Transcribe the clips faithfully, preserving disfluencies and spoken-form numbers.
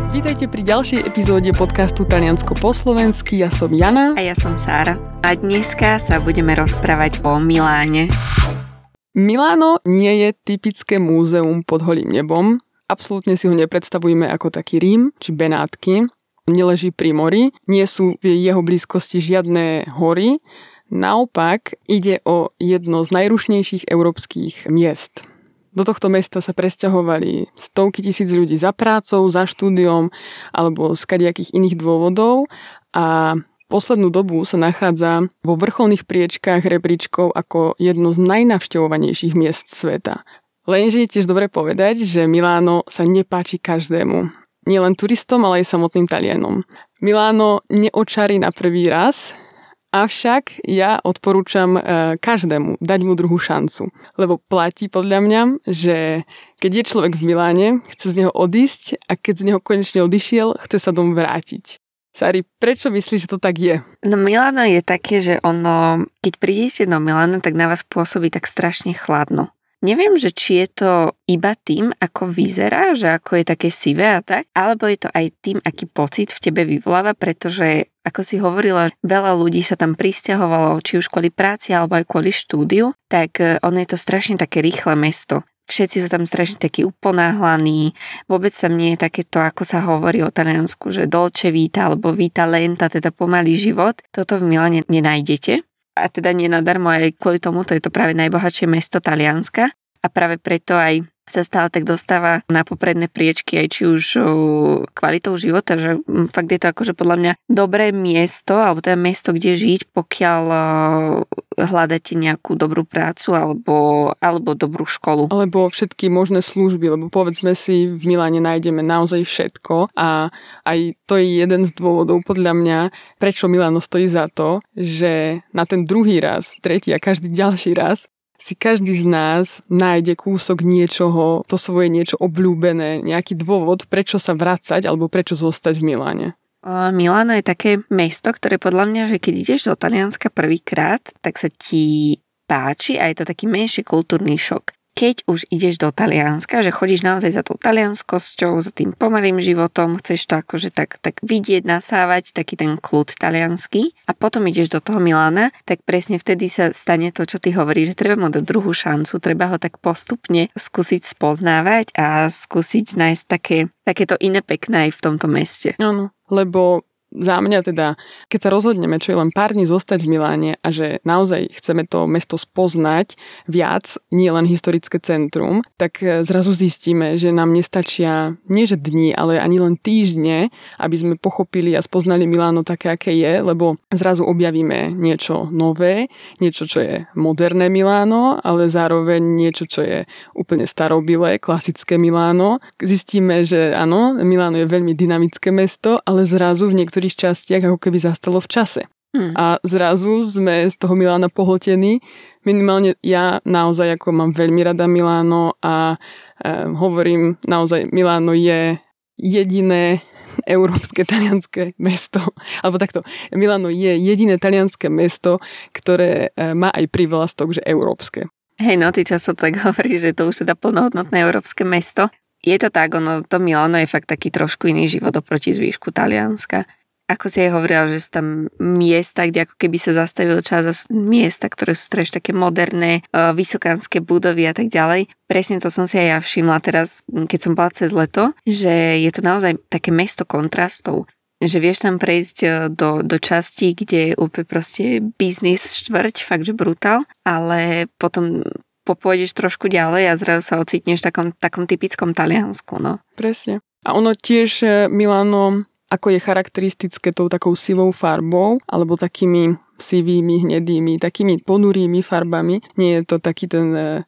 Vítajte pri ďalšej epizóde podcastu Taliansko po slovensky. Ja som Jana. A ja som Sára. A dneska sa budeme rozprávať o Miláne. Miláno nie je typické múzeum pod holým nebom. Absolútne si ho nepredstavujeme ako taký Rím či Benátky. Neleží pri mori, nie sú v jeho blízkosti žiadne hory. Naopak ide o jedno z najrušnejších európskych miest. Do tohto mesta sa presťahovali stovky tisíc ľudí za prácou, za štúdiom alebo z kadejakých iných dôvodov a poslednú dobu sa nachádza vo vrcholných priečkách rebríčkov ako jedno z najnavštevovanejších miest sveta. Lenže je tiež dobre povedať, že Miláno sa nepáči každému. Nielen turistom, ale aj samotným Talianom. Miláno neočarí na prvý raz, avšak ja odporúčam e, každému dať mu druhú šancu. Lebo platí podľa mňa, že keď je človek v Miláne, chce z neho odísť a keď z neho konečne odišiel, chce sa domov vrátiť. Sári, prečo myslíš, že to tak je? No Miláno je také, že ono, keď prídete do Milána, tak na vás pôsobí tak strašne chladno. Neviem, že či je to iba tým, ako vyzerá, že ako je také sivé a tak, alebo je to aj tým, aký pocit v tebe vyvoláva, pretože, ako si hovorila, veľa ľudí sa tam prisťahovalo, či už kvôli práci, alebo aj kvôli štúdiu, tak ono je to strašne také rýchle mesto. Všetci sú tam strašne takí uponáhlaní, vôbec tam nie je takéto, ako sa hovorí o Taliansku, že dolce vita, alebo vita lenta, teda pomalý život. Toto v Miláne nenájdete. A teda nie nadarmo, aj kvôli tomu, to je to práve najbohatšie mesto Talianska a práve preto aj sa stále tak dostáva na popredné priečky aj či už kvalitou života, že fakt je to akože podľa mňa dobré miesto, alebo teda mesto, kde žiť, pokiaľ hľadáte nejakú dobrú prácu alebo, alebo dobrú školu. Alebo všetky možné služby, lebo povedzme si, v Miláne nájdeme naozaj všetko a aj to je jeden z dôvodov podľa mňa, prečo Miláno stojí za to, že na ten druhý raz, tretí a každý ďalší raz si každý z nás nájde kúsok niečoho, to svoje niečo obľúbené, nejaký dôvod, prečo sa vracať alebo prečo zostať v Miláne. Miláno je také mesto, ktoré podľa mňa, že keď ideš do Talianska prvýkrát, tak sa ti páči a je to taký menší kultúrny šok. Keď už ideš do Talianska, že chodíš naozaj za tou talianskosťou, za tým pomalým životom, chceš to akože tak, tak vidieť, nasávať, taký ten kľud taliansky a potom ideš do toho Milána, tak presne vtedy sa stane to, čo ty hovoríš, že treba mu dať druhú šancu, treba ho tak postupne skúsiť spoznávať a skúsiť nájsť také, takéto iné pekné aj v tomto meste. Áno, lebo za mňa teda, keď sa rozhodneme, čo je len pár dní zostať v Miláne a že naozaj chceme to mesto spoznať viac, nie len historické centrum, tak zrazu zistíme, že nám nestačia nie že dni, ale ani len týždne, aby sme pochopili a spoznali Miláno také, aké je, lebo zrazu objavíme niečo nové, niečo, čo je moderné Miláno, ale zároveň niečo, čo je úplne starobilé, klasické Miláno. Zistíme, že áno, Miláno je veľmi dynamické mesto, ale zrazu v niektorých v niektorých častiach ako keby zastalo v čase. Hmm. A zrazu sme z toho Milána pohltení. Minimálne ja naozaj ako mám veľmi rada Miláno a e, hovorím naozaj, Miláno je jediné európske talianské mesto. Alebo takto, Miláno je jediné talianské mesto, ktoré e, má aj prívlastok, že európske. Hej, no ty často tak hovoríš, že to už teda plnohodnotné európske mesto. Je to tak, ono, to Miláno je fakt taký trošku iný život oproti zvýšku Talianska. Ako si aj hovorila, že sú tam miesta, kde ako keby sa zastavil čas a miesta, ktoré sú strašne také moderné, vysokánske budovy a tak ďalej. Presne to som si aj ja všimla teraz, keď som bola cez leto, že je to naozaj také mesto kontrastov. Že vieš tam prejsť do, do časti, kde je úplne proste biznis štvrť, fakt, že brutál, ale potom popôjdeš trošku ďalej a zrazu sa ocitneš v takom, takom typickom Taliansku, no. Presne. A ono tiež Miláno, ako je charakteristické tou takou sivou farbou, alebo takými sivými, hnedými, takými ponurými farbami. Nie je to taký ten um,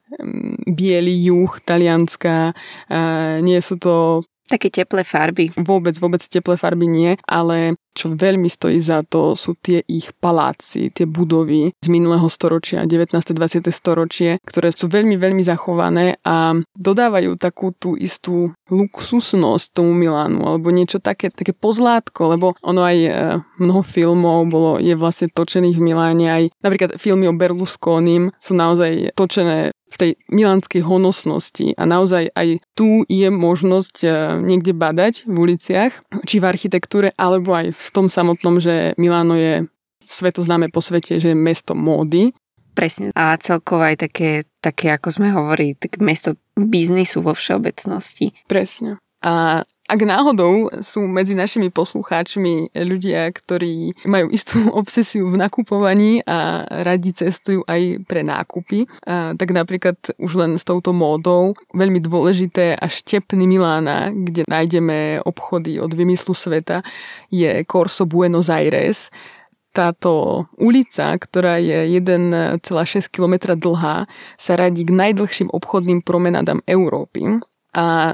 biely juh Talianska, uh, nie sú to také teplé farby. Vôbec, vôbec teplé farby nie, ale čo veľmi stojí za to, sú tie ich paláci, tie budovy z minulého storočia, devätnáste dvadsiate storočie, ktoré sú veľmi, veľmi zachované a dodávajú takú tú istú luxusnosť tomu Milánu, alebo niečo také, také pozlátko, lebo ono aj e, mnoho filmov bolo, je vlastne točených v Miláne, aj napríklad filmy o Berlusconim sú naozaj točené v tej milánskej honosnosti a naozaj aj tu je možnosť niekde badať v uliciach, či v architektúre, alebo aj v tom samotnom, že Miláno je svetoznáme po svete, že je mesto módy. Presne. A celkovo aj také, také ako sme hovorili, tak mesto biznisu vo všeobecnosti. Presne. A ak náhodou sú medzi našimi poslucháčmi ľudia, ktorí majú istú obsesiu v nakupovaní a radi cestujú aj pre nákupy, a tak napríklad už len s touto módou veľmi dôležité a štepný Milána, kde nájdeme obchody od vymyslu sveta, je Corso Buenos Aires. Táto ulica, ktorá je jeden celá šesť kilometra dlhá, sa radí k najdlhším obchodným promenádam Európy. A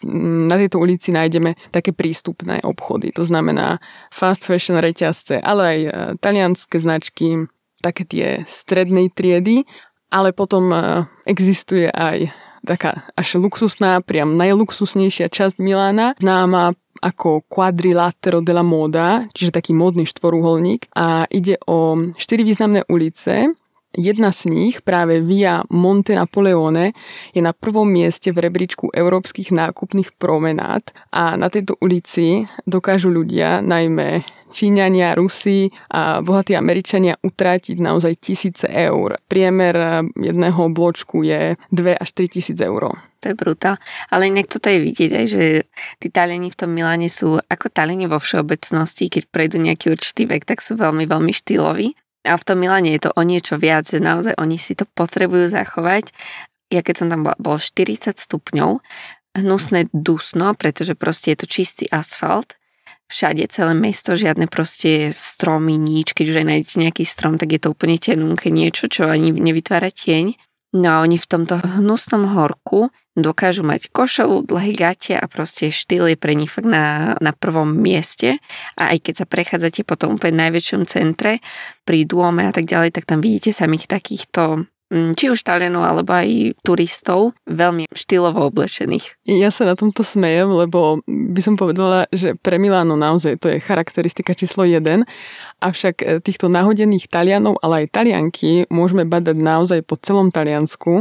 na tejto ulici nájdeme také prístupné obchody. To znamená fast fashion reťazce, ale aj talianske značky, také tie strednej triedy. Ale potom existuje aj taká až luxusná, priam najluxusnejšia časť Milána, známa ako Quadrilatero della Moda, čiže taký módny štvorúholník. A ide o štyri významné ulice. Jedna z nich, práve Via Monte Napoleone, je na prvom mieste v rebríčku európskych nákupných promenád a na tejto ulici dokážu ľudia, najmä Číňania, Rusi a bohatí Američania utratiť naozaj tisíce eur. Priemer jedného bločku je dva až tri tisíc eur. To je brutál. Ale inak toto je vidieť aj, že tí Taliani v tom Miláne sú ako Taliani vo všeobecnosti, keď prejdú nejaký určitý vek, tak sú veľmi, veľmi štýloví. A v tom Miláne je to o niečo viac, že naozaj oni si to potrebujú zachovať. Ja keď som tam bola, bolo štyridsať stupňov, hnusné dusno, pretože proste je to čistý asfalt. Všade celé mesto, žiadne proste stromy, nič. Keď už aj nájdete nejaký strom, tak je to úplne tenúnke niečo, čo ani nevytvára tieň. No a oni v tomto hnusnom horku dokážu mať košelu, dlhé gate a proste štýl je pre nich fakt na, na prvom mieste. A aj keď sa prechádzate po tom úplne najväčšom centre, pri Duome a tak ďalej, tak tam vidíte samých takýchto či už Talianov, alebo aj turistov, veľmi štýlovo oblečených. Ja sa na tomto smejem, lebo by som povedala, že pre Miláno naozaj to je charakteristika číslo jeden, avšak týchto nahodených Talianov, ale aj Talianky môžeme badať naozaj po celom Taliansku.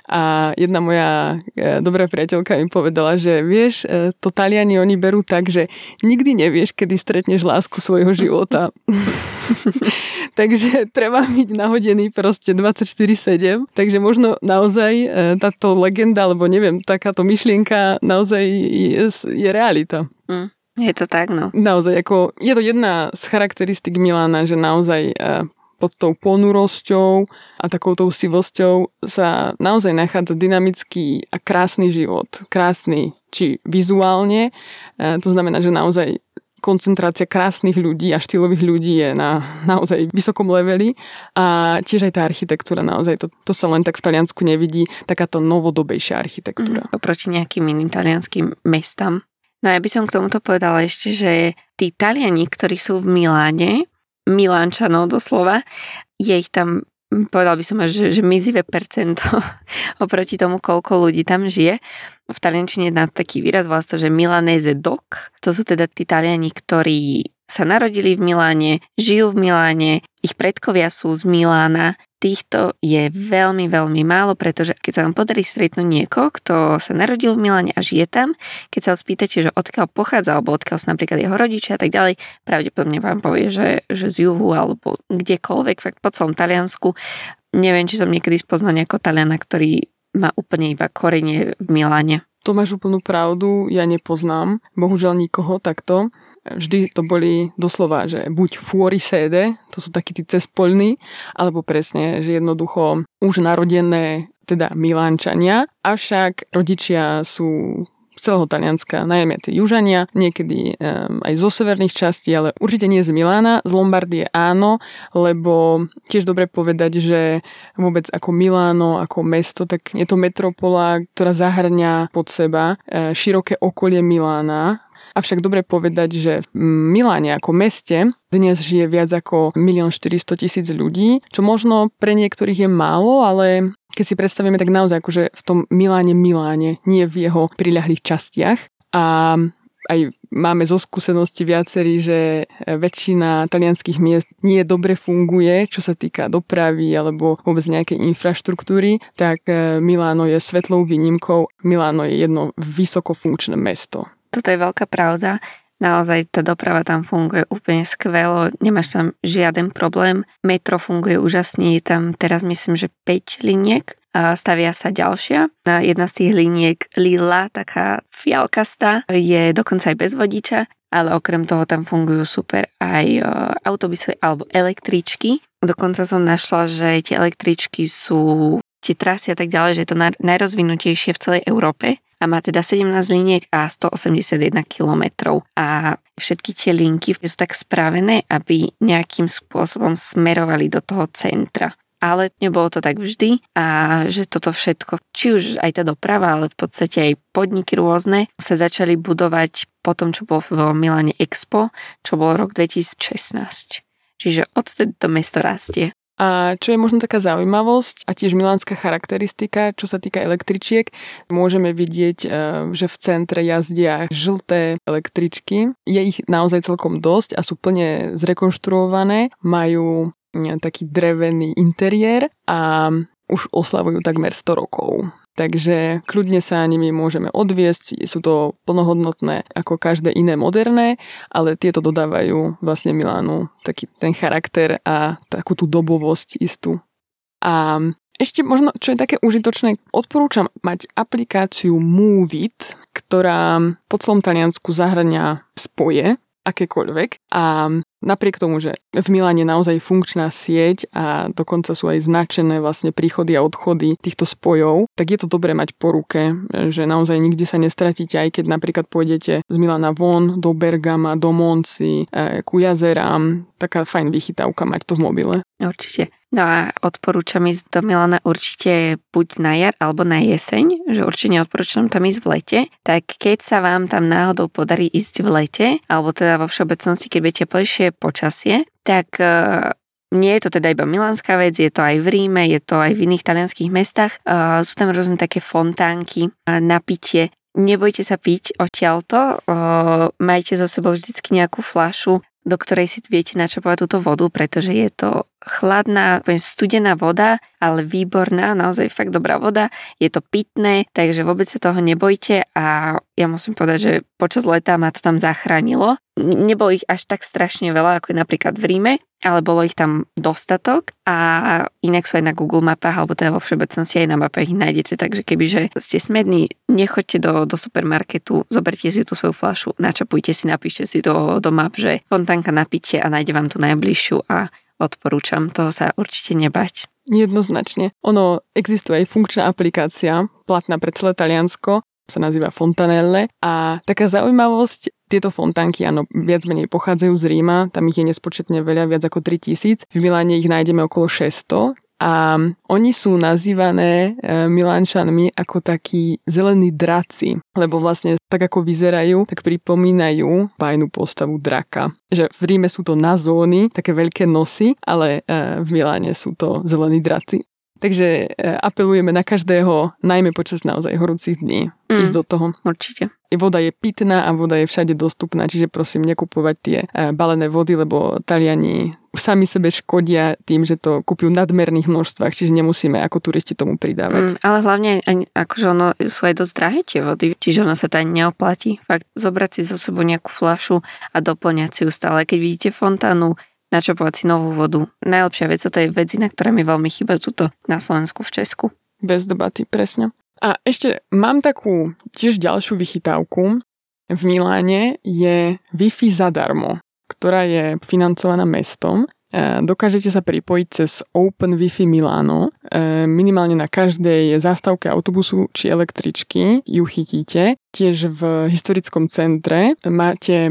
A jedna moja dobrá priateľka mi povedala, že vieš, to Taliani oni berú tak, že nikdy nevieš, kedy stretneš lásku svojho života. Takže treba byť nahodený proste dvadsaťštyri sedem. Takže možno naozaj táto legenda, alebo neviem, takáto myšlienka naozaj je, je realita. Mm, je to tak, no. Naozaj, ako, je to jedna z charakteristik Milána, že naozaj pod tou ponurosťou a takouto sivosťou sa naozaj nachádza dynamický a krásny život. Krásny, či vizuálne. To znamená, že naozaj koncentrácia krásnych ľudí a štýlových ľudí je na naozaj vysokom leveli a tiež aj tá architektúra naozaj, to, to sa len tak v Taliansku nevidí, takáto novodobejšia architektúra. Mm, oproti nejakým iným talianským mestám. No ja by som k tomuto povedala ešte, že tí Taliani, ktorí sú v Miláne, Milánčanov doslova, je ich tam, povedal by som, že, že mizivé percento oproti tomu, koľko ľudí tam žije. V taliančine je na taký výraz, volá to, že Milanese doc. To sú teda tí Taliani, ktorí sa narodili v Miláne, žijú v Miláne, ich predkovia sú z Milána. Týchto je veľmi, veľmi málo, pretože keď sa vám podarí stretnúť niekoho, kto sa narodil v Miláne a žije tam, keď sa ho spýtate, že odkiaľ pochádza, alebo odkiaľ sú napríklad jeho rodičia a tak ďalej, pravdepodobne vám povie, že, že z juhu alebo kdekoľvek, fakt po celom Taliansku. Neviem, či som niekedy spoznal nejakého Taliana, ktorý má úplne iba korene v Miláne. To máš úplnú pravdu, ja nepoznám, bohužiaľ nikoho takto. Vždy to boli doslova, že buď fuori sede, to sú takí tí cespoľní, alebo presne, že jednoducho už narodené, teda Milánčania, avšak rodičia sú z celého Talianska, najmä tie južania, niekedy um, aj zo severných častí, ale určite nie z Milána, z Lombardie áno, lebo tiež dobre povedať, že vôbec ako Miláno, ako mesto, tak je to metropola, ktorá zahrňa pod seba e, široké okolie Milána. Avšak dobre povedať, že v Miláne ako meste dnes žije viac ako milión štyristotisíc ľudí, čo možno pre niektorých je málo, ale keď si predstavíme, tak naozaj akože v tom Miláne Miláne, nie v jeho priľahlých častiach. A aj máme zo skúsenosti viacerí, že väčšina talianských miest nie dobre funguje, čo sa týka dopravy alebo vôbec nejakej infraštruktúry, tak Miláno je svetlou výnimkou. Miláno je jedno vysokofunkčné mesto. Toto je veľká pravda. Naozaj tá doprava tam funguje úplne skvelo, nemáš tam žiaden problém. Metro funguje úžasne, je tam teraz myslím, že päť liniek a stavia sa ďalšia. Jedna z tých liniek lila, taká fialkastá, je dokonca aj bez vodiča, ale okrem toho tam fungujú super aj autobusy alebo električky. Dokonca som našla, že tie električky sú tie trasy a tak ďalej, že je to najrozvinutejšie v celej Európe. A má teda sedemnásť liniek a stoosemdesiatjeden kilometrov. A všetky tie linky sú tak spravené, aby nejakým spôsobom smerovali do toho centra. Ale nebolo to tak vždy a že toto všetko, či už aj tá doprava, ale v podstate aj podniky rôzne, sa začali budovať po tom, čo bolo v Miláne Expo, čo bolo rok dvetisícšestnásť. Čiže odtedy to mesto rastie. A čo je možno taká zaujímavosť a tiež milánska charakteristika, čo sa týka električiek, môžeme vidieť, že v centre jazdia žlté električky. Je ich naozaj celkom dosť a sú plne zrekonštruované, majú taký drevený interiér a už oslavujú takmer sto rokov. Takže kľudne sa nimi môžeme odviesť, sú to plnohodnotné ako každé iné moderné, ale tieto dodávajú vlastne Milánu taký ten charakter a takú tú dobovosť istú. A ešte možno, čo je také užitočné, odporúčam mať aplikáciu Moovit, ktorá po celom Taliansku zahŕňa spoje, akékoľvek. A napriek tomu, že v Miláne je naozaj funkčná sieť a dokonca sú aj značené vlastne príchody a odchody týchto spojov, tak je to dobré mať po ruke, že naozaj nikde sa nestratíte, aj keď napríklad pôjdete z Milána von do Bergama, do Monci, ku jazerám. Taká fajn vychytávka mať to v mobile. Určite. No a odporúčam ísť do Milána určite buď na jar alebo na jeseň, že určite neodporúčam tam ísť v lete, tak keď sa vám tam náhodou podarí ísť v lete, alebo teda vo všeobecnosti, keď budete teplejšie počasie, tak uh, nie je to teda iba milánska vec, je to aj v Ríme, je to aj v iných talianských mestách, uh, sú tam rôzne také fontánky uh, na pitie. Nebojte sa piť odtiaľto, uh, majte so sebou vždycky nejakú fľašu, do ktorej si viete načapovať túto vodu, pretože je to chladná, studená voda, ale výborná, naozaj fakt dobrá voda. Je to pitné, takže vôbec sa toho nebojte a ja musím povedať, že počas leta ma to tam zachránilo. Nebolo ich až tak strašne veľa, ako je napríklad v Ríme, ale bolo ich tam dostatok a inak sú aj na Google mapách, alebo teda vo všeobecnosti aj na mapách ich nájdete, takže kebyže ste smední, nechoďte do, do supermarketu, zoberte si tú svoju fľašu, načapujte si, napíšte si do, do map, že fontánka na pitie a nájde vám tú najbližšiu a odporúčam, toho sa určite nebať. Jednoznačne. Ono, existuje aj funkčná aplikácia, platná pre celé Taliansko, sa nazýva Fontanelle a taká zaujímavosť, tieto fontánky, áno, viac menej pochádzajú z Ríma, tam ich je nespočetne veľa, viac ako tritisíc, v Miláne ich nájdeme okolo šesťsto a oni sú nazývané e, Milánčanmi ako takí zelení draci, lebo vlastne tak ako vyzerajú, tak pripomínajú bájnu postavu draka. Že v Ríme sú to na zóny, také veľké nosy, ale e, v Miláne sú to zelení draci. Takže apelujeme na každého, najmä počas naozaj horúcich dní, mm, ísť do toho. Určite. Voda je pitná a voda je všade dostupná, čiže prosím nekupovať tie balené vody, lebo Taliani sami sebe škodia tým, že to kúpujú v nadmerných množstvách, čiže nemusíme ako turisti tomu pridávať. Mm, ale hlavne akože ono sú aj dosť drahé tie vody, čiže ono sa to ani neoplatí. Fakt zobrať si so sebou nejakú fľašu a doplňať si ju stále. Keď vidíte fontánu, načapovať si novú vodu. Najlepšia vec, to je vec, na ktoré mi veľmi chýba tuto na Slovensku, v Česku. Bez debaty, presne. A ešte mám takú tiež ďalšiu vychytávku. V Miláne je Wi-Fi zadarmo, ktorá je financovaná mestom. Dokážete sa pripojiť cez Open Wi-Fi Milano. Minimálne na každej zástavke autobusu či električky ju chytíte. Tiež v historickom centre máte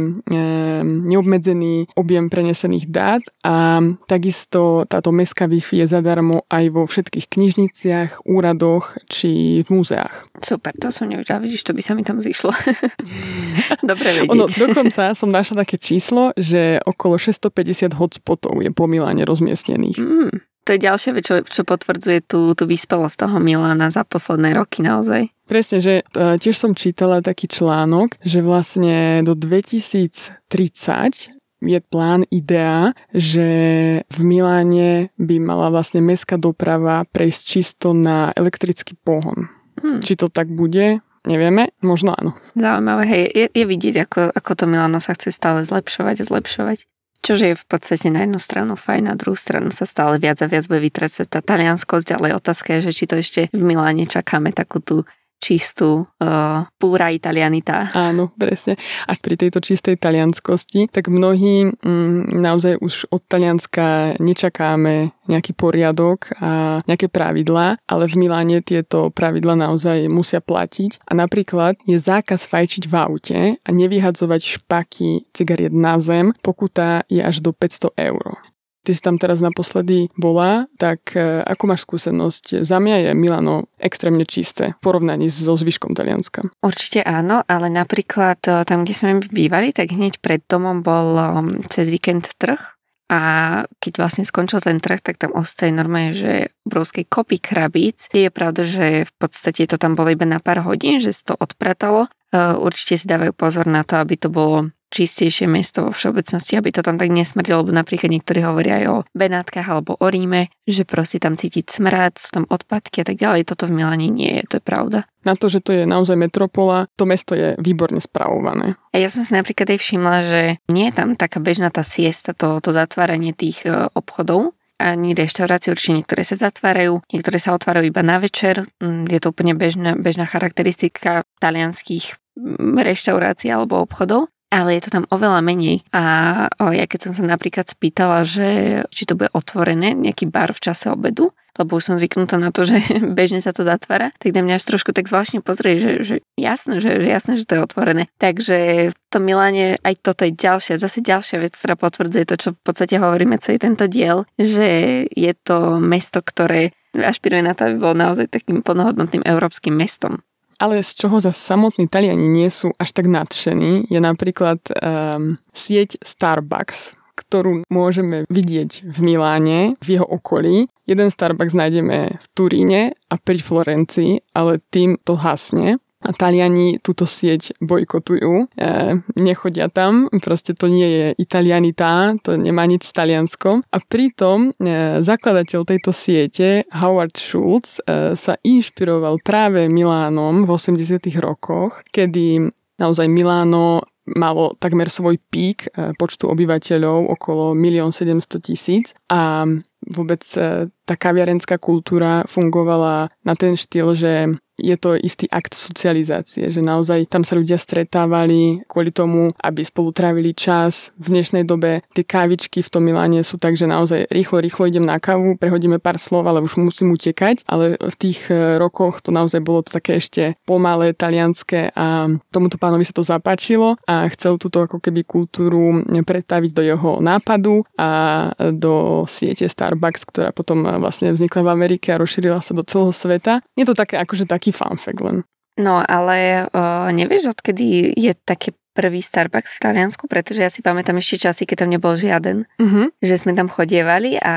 neobmedzený objem prenesených dát a takisto táto mestská Wi-Fi je zadarmo aj vo všetkých knižniciach, úradoch či v múzeách. Super, to som nevedela, vidíš, to by sa mi tam zišlo. Dobre vedieť. Ono, dokonca som našla také číslo, že okolo šesťstopäťdesiat hotspotov je po Miláne rozmiestnených. Mm, to je ďalšia vec, čo, čo potvrdzuje tú, tú vyspelosť toho Milána za posledné roky naozaj. Presne, že uh, tiež som čítala taký článok, že vlastne do dvetisíctridsať je plán, idea, že v Miláne by mala vlastne mestská doprava prejsť čisto na elektrický pohon. Hmm. Či to tak bude? Nevieme, možno áno. Zaujímavé, hej, je, je vidieť, ako, ako to Milano sa chce stále zlepšovať a zlepšovať. Čože je v podstate na jednu stranu fajn, na druhú stranu sa stále viac a viac bude vytrácať tá talianskosť, ale otázka je, že či to ešte v Miláne čakáme takú tú čistú uh, púra italianita. Áno, presne. Až pri tejto čistej talianskosti, tak mnohí mm, naozaj už od Talianska nečakáme nejaký poriadok a nejaké pravidlá, ale v Miláne tieto pravidlá naozaj musia platiť. A napríklad je zákaz fajčiť v aute a nevyhadzovať špaky cigariet na zem, pokuta je až do päťsto eur. Ty si tam teraz naposledy bola, tak ako máš skúsenosť? Za mňa je Milano extrémne čisté v porovnaní so zvyškom Talianska. Určite áno, ale napríklad tam, kde sme bývali, tak hneď pred domom bol cez víkend trh a keď vlastne skončil ten trh, tak tam ostali normálne, že obrovskej kopy krabíc. Je pravda, že v podstate to tam bolo iba na pár hodín, že sa to odpratalo. Určite si dávajú pozor na to, aby to bolo čistejšie mesto vo všeobecnosti, aby to tam tak nesmrdilo, lebo napríklad niektorí hovoria aj o Benátkach alebo o Ríme, že proste tam cítiť smrad, sú tam odpadky a tak ďalej. Toto v Miláne nie je, to je pravda. Na to, že to je naozaj metropola, to mesto je výborne spravované. A ja som si napríklad aj všimla, že nie je tam taká bežná tá siesta, to, to zatváranie tých obchodov, ani reštaurácie, určite niektoré sa zatvárajú, niektoré sa otvárajú iba na večer. Je to úplne bežná, bežná charakteristika talianských reštaurácií alebo obchodov. Ale je to tam oveľa menej. A o, ja keď som sa napríklad spýtala, že či to bude otvorené, nejaký bar v čase obedu, lebo už som zvyknutá na to, že bežne sa to zatvára, tak na mňa až trošku tak zvláštne pozrie, že, že jasné, že, že jasné, že to je otvorené. Takže v tom Miláne aj toto je ďalšia, zase ďalšia vec, ktorá potvrdzuje to, čo v podstate hovoríme celý tento diel, že je to mesto, ktoré ašpiruje na to, aby bolo naozaj takým plnohodnotným európskym mestom. Ale z čoho za samotní Taliani nie sú až tak nadšení, je napríklad um, sieť Starbucks, ktorú môžeme vidieť v Miláne, v jeho okolí. Jeden Starbucks nájdeme v Turíne a pri Florencii, ale tým to hasne. A Taliani túto sieť bojkotujú, e, nechodia tam, proste to nie je italianita, to nemá nič s Talianskom. A pritom e, zakladateľ tejto siete, Howard Schultz, e, sa inšpiroval práve Milánom v osemdesiatych rokoch, kedy naozaj Miláno malo takmer svoj pík e, počtu obyvateľov, okolo milión sedemstotisíc a vôbec e, tá kaviarenská kultúra fungovala na ten štýl, že je to istý akt socializácie, že naozaj tam sa ľudia stretávali kvôli tomu, aby spolu trávili čas. V dnešnej dobe tie kávičky v tom Miláne sú tak, že naozaj rýchlo, rýchlo idem na kávu, prehodíme pár slov, ale už musím utekať. Ale v tých rokoch to naozaj bolo to také ešte pomalé, talianské a tomuto pánovi sa to zapáčilo a chcel túto ako keby kultúru predstaviť do jeho nápadu a do siete Starbucks, ktorá potom vlastne vznikla v Amerike a rozšírila sa do celého sveta. Je to také akože taký fun fact len. No, ale o, nevieš, odkedy je taký prvý Starbucks v Taliansku? Pretože ja si pamätám ešte časy, keď tam nebol žiaden. Uh-huh. Že sme tam chodievali a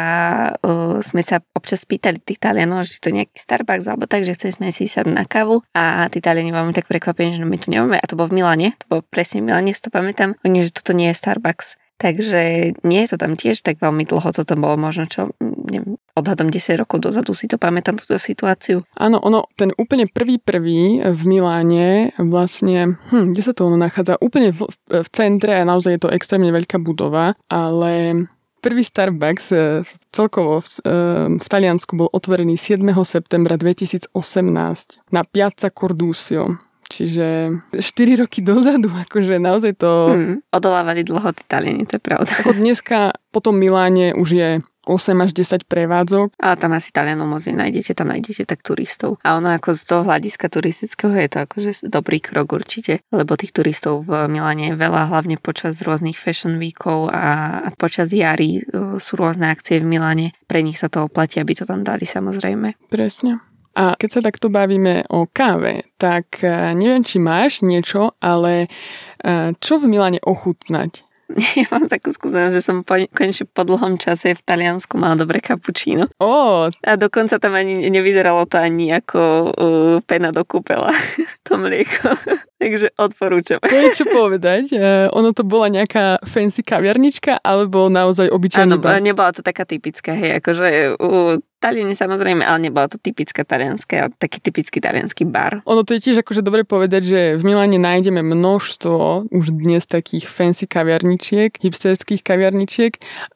o, sme sa občas pýtali tých Talianov, že to je nejaký Starbucks alebo tak, že chceli sme si sadnúť na kávu a tí Taliani máme tak prekvapení, že no my tu nemáme. A to bolo v Miláne, to bolo presne v Miláne, si to pamätám. Oni, že toto nie je Starbucks. Takže nie je to tam tiež tak veľmi dlho, toto bolo možno čo, neviem, odhadom desať rokov dozadu si to pamätám túto situáciu. Áno, ono, ten úplne prvý prvý v Miláne vlastne, hm, kde sa to ono nachádza? Úplne v, v centre a naozaj je to extrémne veľká budova, ale prvý Starbucks celkovo v, v Taliansku bol otvorený siedmeho septembra dvetisícosemnásť na Piazza Cordusio. Čiže štyri roky dozadu, akože naozaj to... Hmm, odolávali dlho tí Taliani, to je pravda. Ako dneska po tom Miláne už je osem až desať prevádzok. Ale tam asi Talianov moc nenájdete, tam nájdete tak turistov. A ono ako z toho hľadiska turistického je to akože dobrý krok určite, lebo tých turistov v Miláne je veľa, hlavne počas rôznych fashion weekov a počas jary sú rôzne akcie v Miláne. Pre nich sa to oplatí, aby to tam dali samozrejme. Presne. A keď sa takto bavíme o káve, tak neviem, či máš niečo, ale čo v Miláne ochutnať? Ja mám takú skúsenosť, že som po, konečne po dlhom čase v Taliansku mala dobré kapučíno. Oh. A dokonca tam ani nevyzeralo to ani ako uh, pena do kúpela, to mlieko. Takže odporúčam. To je čo povedať. Uh, ono to bola nejaká fancy kaviarnička, alebo naozaj obyčajný bar? bar? Áno, nebola to taká typická, hej, akože u Taliani samozrejme, ale nebola to typická talianská, taký typický taliansky bar. Ono to je tiež akože dobre povedať, že v Miláne nájdeme množstvo už dnes takých fancy kaviarničiek, hipsterských kaviarničiek,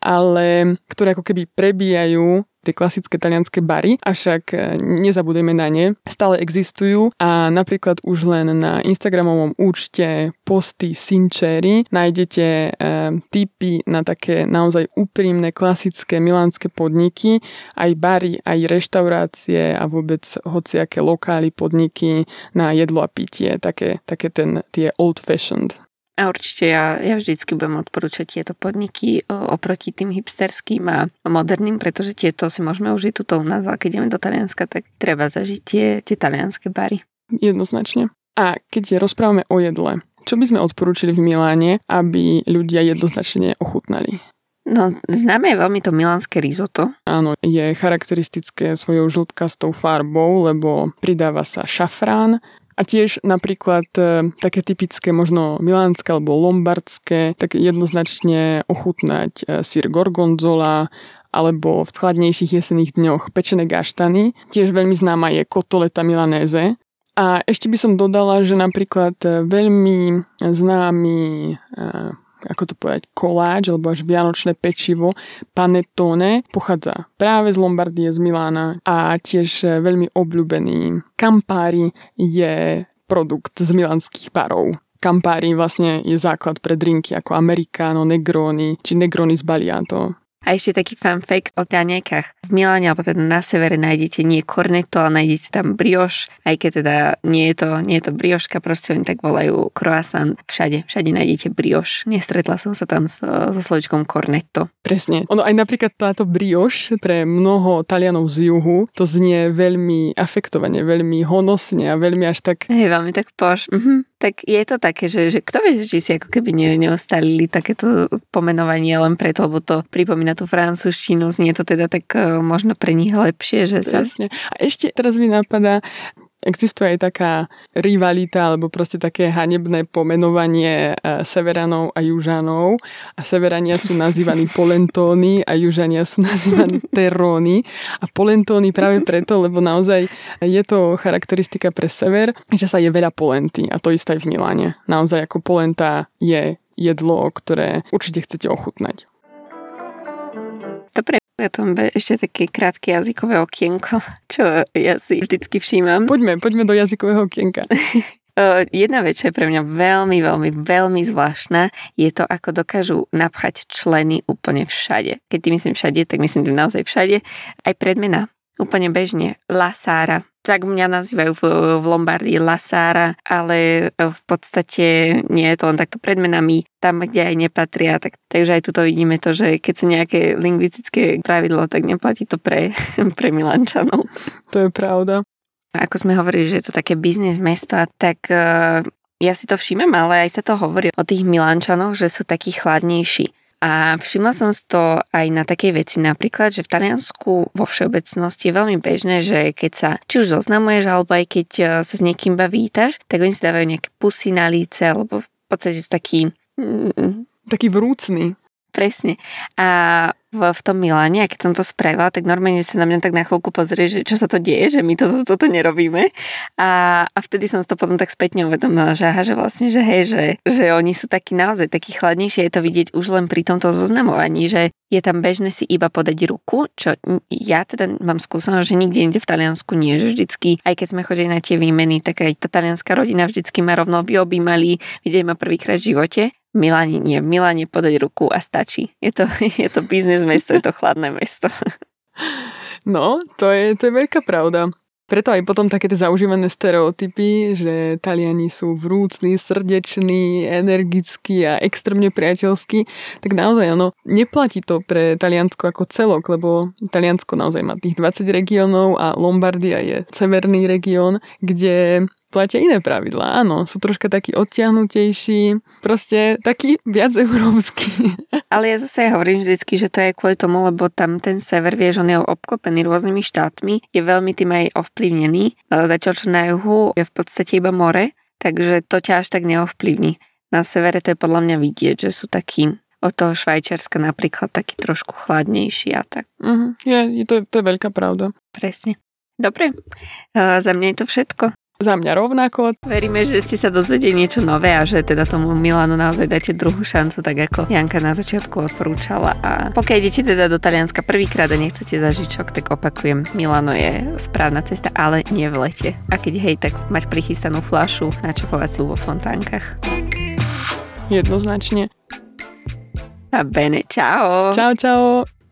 ale ktoré ako keby prebíjajú tie klasické talianské bary, avšak nezabudeme na ne. Stále existujú a napríklad už len na Instagramovom účte Posty Sinceri nájdete e, tipy na také naozaj úprimné klasické milánske podniky, aj bary, aj reštaurácie a vôbec hociaké lokály, podniky na jedlo a pitie, také, také ten, tie old fashioned. A určite ja, ja vždycky budem odporúčať tieto podniky oproti tým hipsterským a moderným, pretože tieto si môžeme užiť tuto u nás, ale keď ideme do Talianska, tak treba zažiť tie, tie talianské bary. Jednoznačne. A keď rozprávame o jedle, čo by sme odporúčili v Miláne, aby ľudia jednoznačne ochutnali? No, známe je veľmi to milánske risotto. Áno, je charakteristické svojou žltkastou farbou, lebo pridáva sa šafrán. A tiež napríklad e, také typické možno milánske alebo lombardské, tak jednoznačne ochutnať e, syr gorgonzola alebo v chladnejších jesenných dňoch pečené gaštany. Tiež veľmi známa je kotoleta milanéze. A ešte by som dodala, že napríklad e, veľmi známy e, ako to povedať, koláč alebo až vianočné pečivo panettone pochádza práve z Lombardie, z Milána a tiež veľmi obľúbený Campari je produkt z milánskych barov. Campari vlastne je základ pre drinky ako Americano, Negroni či Negroni Sbagliato. A ešte taký fun fact o raňajkách. V Miláne, alebo teda na severe nájdete nie cornetto, ale nájdete tam brioche, aj keď teda nie je to, nie je to brioška, proste oni tak volajú croissant. Všade, všade nájdete brioche. Nestretla som sa tam so, so slovičkom cornetto. Presne. Ono aj napríklad táto brioche pre mnoho Talianov z juhu, to znie veľmi afektovane, veľmi honosne a veľmi až tak... Hej, veľmi tak poš. Mhm. Tak je to také, že, že kto vie, či si ako keby ne, neostálili takéto pomenovanie len preto, lebo to pripomína tú francúzštinu, znie to teda tak uh, možno pre nich lepšie, že sa... Presne. A ešte teraz mi napadá, existuje aj taká rivalita, alebo proste také hanebné pomenovanie Severanov a Južanov. A Severania sú nazývaní polentóny a Južania sú nazývaní terróny. A polentóny práve preto, lebo naozaj je to charakteristika pre sever, že sa je veľa polenty. A to isté aj v Miláne. Naozaj ako polenta je jedlo, ktoré určite chcete ochutnať. Dobre, ja tam ešte také krátke jazykové okienko, čo ja si vždycky všímam. Poďme, poďme do jazykového okienka. Jedna vec, čo je pre mňa veľmi, veľmi, veľmi zvláštna, je to, ako dokážu napchať členy úplne všade. Keď ty myslím všade, tak myslím tým naozaj všade. Aj predmena. Úplne bežne. La Sara. Tak mňa nazývajú v, v Lombardii La Sara, ale v podstate nie je to len takto predmenami tam, kde aj nepatria. Tak, takže aj tuto vidíme to, že keď sú nejaké lingvistické pravidlo, tak neplatí to pre, pre Milančanov. To je pravda. Ako sme hovorili, že je to také biznis mesto, tak uh, ja si to všímam, ale aj sa to hovorí o tých Milančanoch, že sú takí chladnejší. A všimla som si to aj na takej veci napríklad, že v Taliansku vo všeobecnosti je veľmi bežné, že keď sa či už zoznamuješ, alebo aj keď sa s niekým vítaš, tak oni si dávajú nejaké pusy na líce, alebo v podstate sú takí... Mm, taký vrúcný. Presne. A v, v tom Miláne, a keď som to spravila, tak normálne sa na mňa tak na chvíľku pozrie, že čo sa to deje, že my toto, toto nerobíme. A, a vtedy som si to potom tak spätne uvedomila, že, aha, že vlastne, že hej, že, že oni sú takí naozaj takí chladnejšie, je to vidieť už len pri tomto zoznamovaní, že je tam bežné si iba podať ruku, čo ja teda mám skúsenosť, že nikde inde v Taliansku nie, že vždycky, aj keď sme chodili na tie výmeny, tak aj tá talianská rodina vždycky ma rovno vyobímali, videli ma prvýkrát v živote. V Miláne nie, v Miláne podať ruku a stačí. Je to, je to biznis mesto, je to chladné mesto. No, to je, to je veľká pravda. Preto aj potom také tie zaužívané stereotypy, že Taliani sú vrúcni, srdeční, energickí a extrémne priateľskí, tak naozaj ono, neplatí to pre Taliansko ako celok, lebo Taliansko naozaj má tých dvadsať regiónov a Lombardia je severný región, kde platia iné pravidlá. Áno, sú troška takí odtiahnutejší, proste taký viac európsky. Ale ja zase hovorím vždycky, že to je kvôli tomu, lebo tam ten sever, vieš, on je obklopený rôznymi štátmi, je veľmi tým aj ovplyvnený, zatiaľ čo na juhu je v podstate iba more, takže to ťa až tak neovplyvní. Na severe to je podľa mňa vidieť, že sú takí od toho Švajčiarska napríklad taký trošku chladnejší a tak. Uh-huh. Je, to, to je veľká pravda. Presne. Dobre, uh, za mňa je to všetko. Za mňa rovnako. Veríme, že ste sa dozvedeli niečo nové a že teda tomu Milanu naozaj dáte druhú šancu, tak ako Janka na začiatku odporúčala. A pokiaľ idete teda do Talianska prvýkrát a nechcete zažiť šok, tak opakujem, Milano je správna cesta, ale nie v lete. A keď hej, tak mať prichystanú fľašu, načokovacú vo fontánkach. Jednoznačne. A bene, čau. Čau, čau.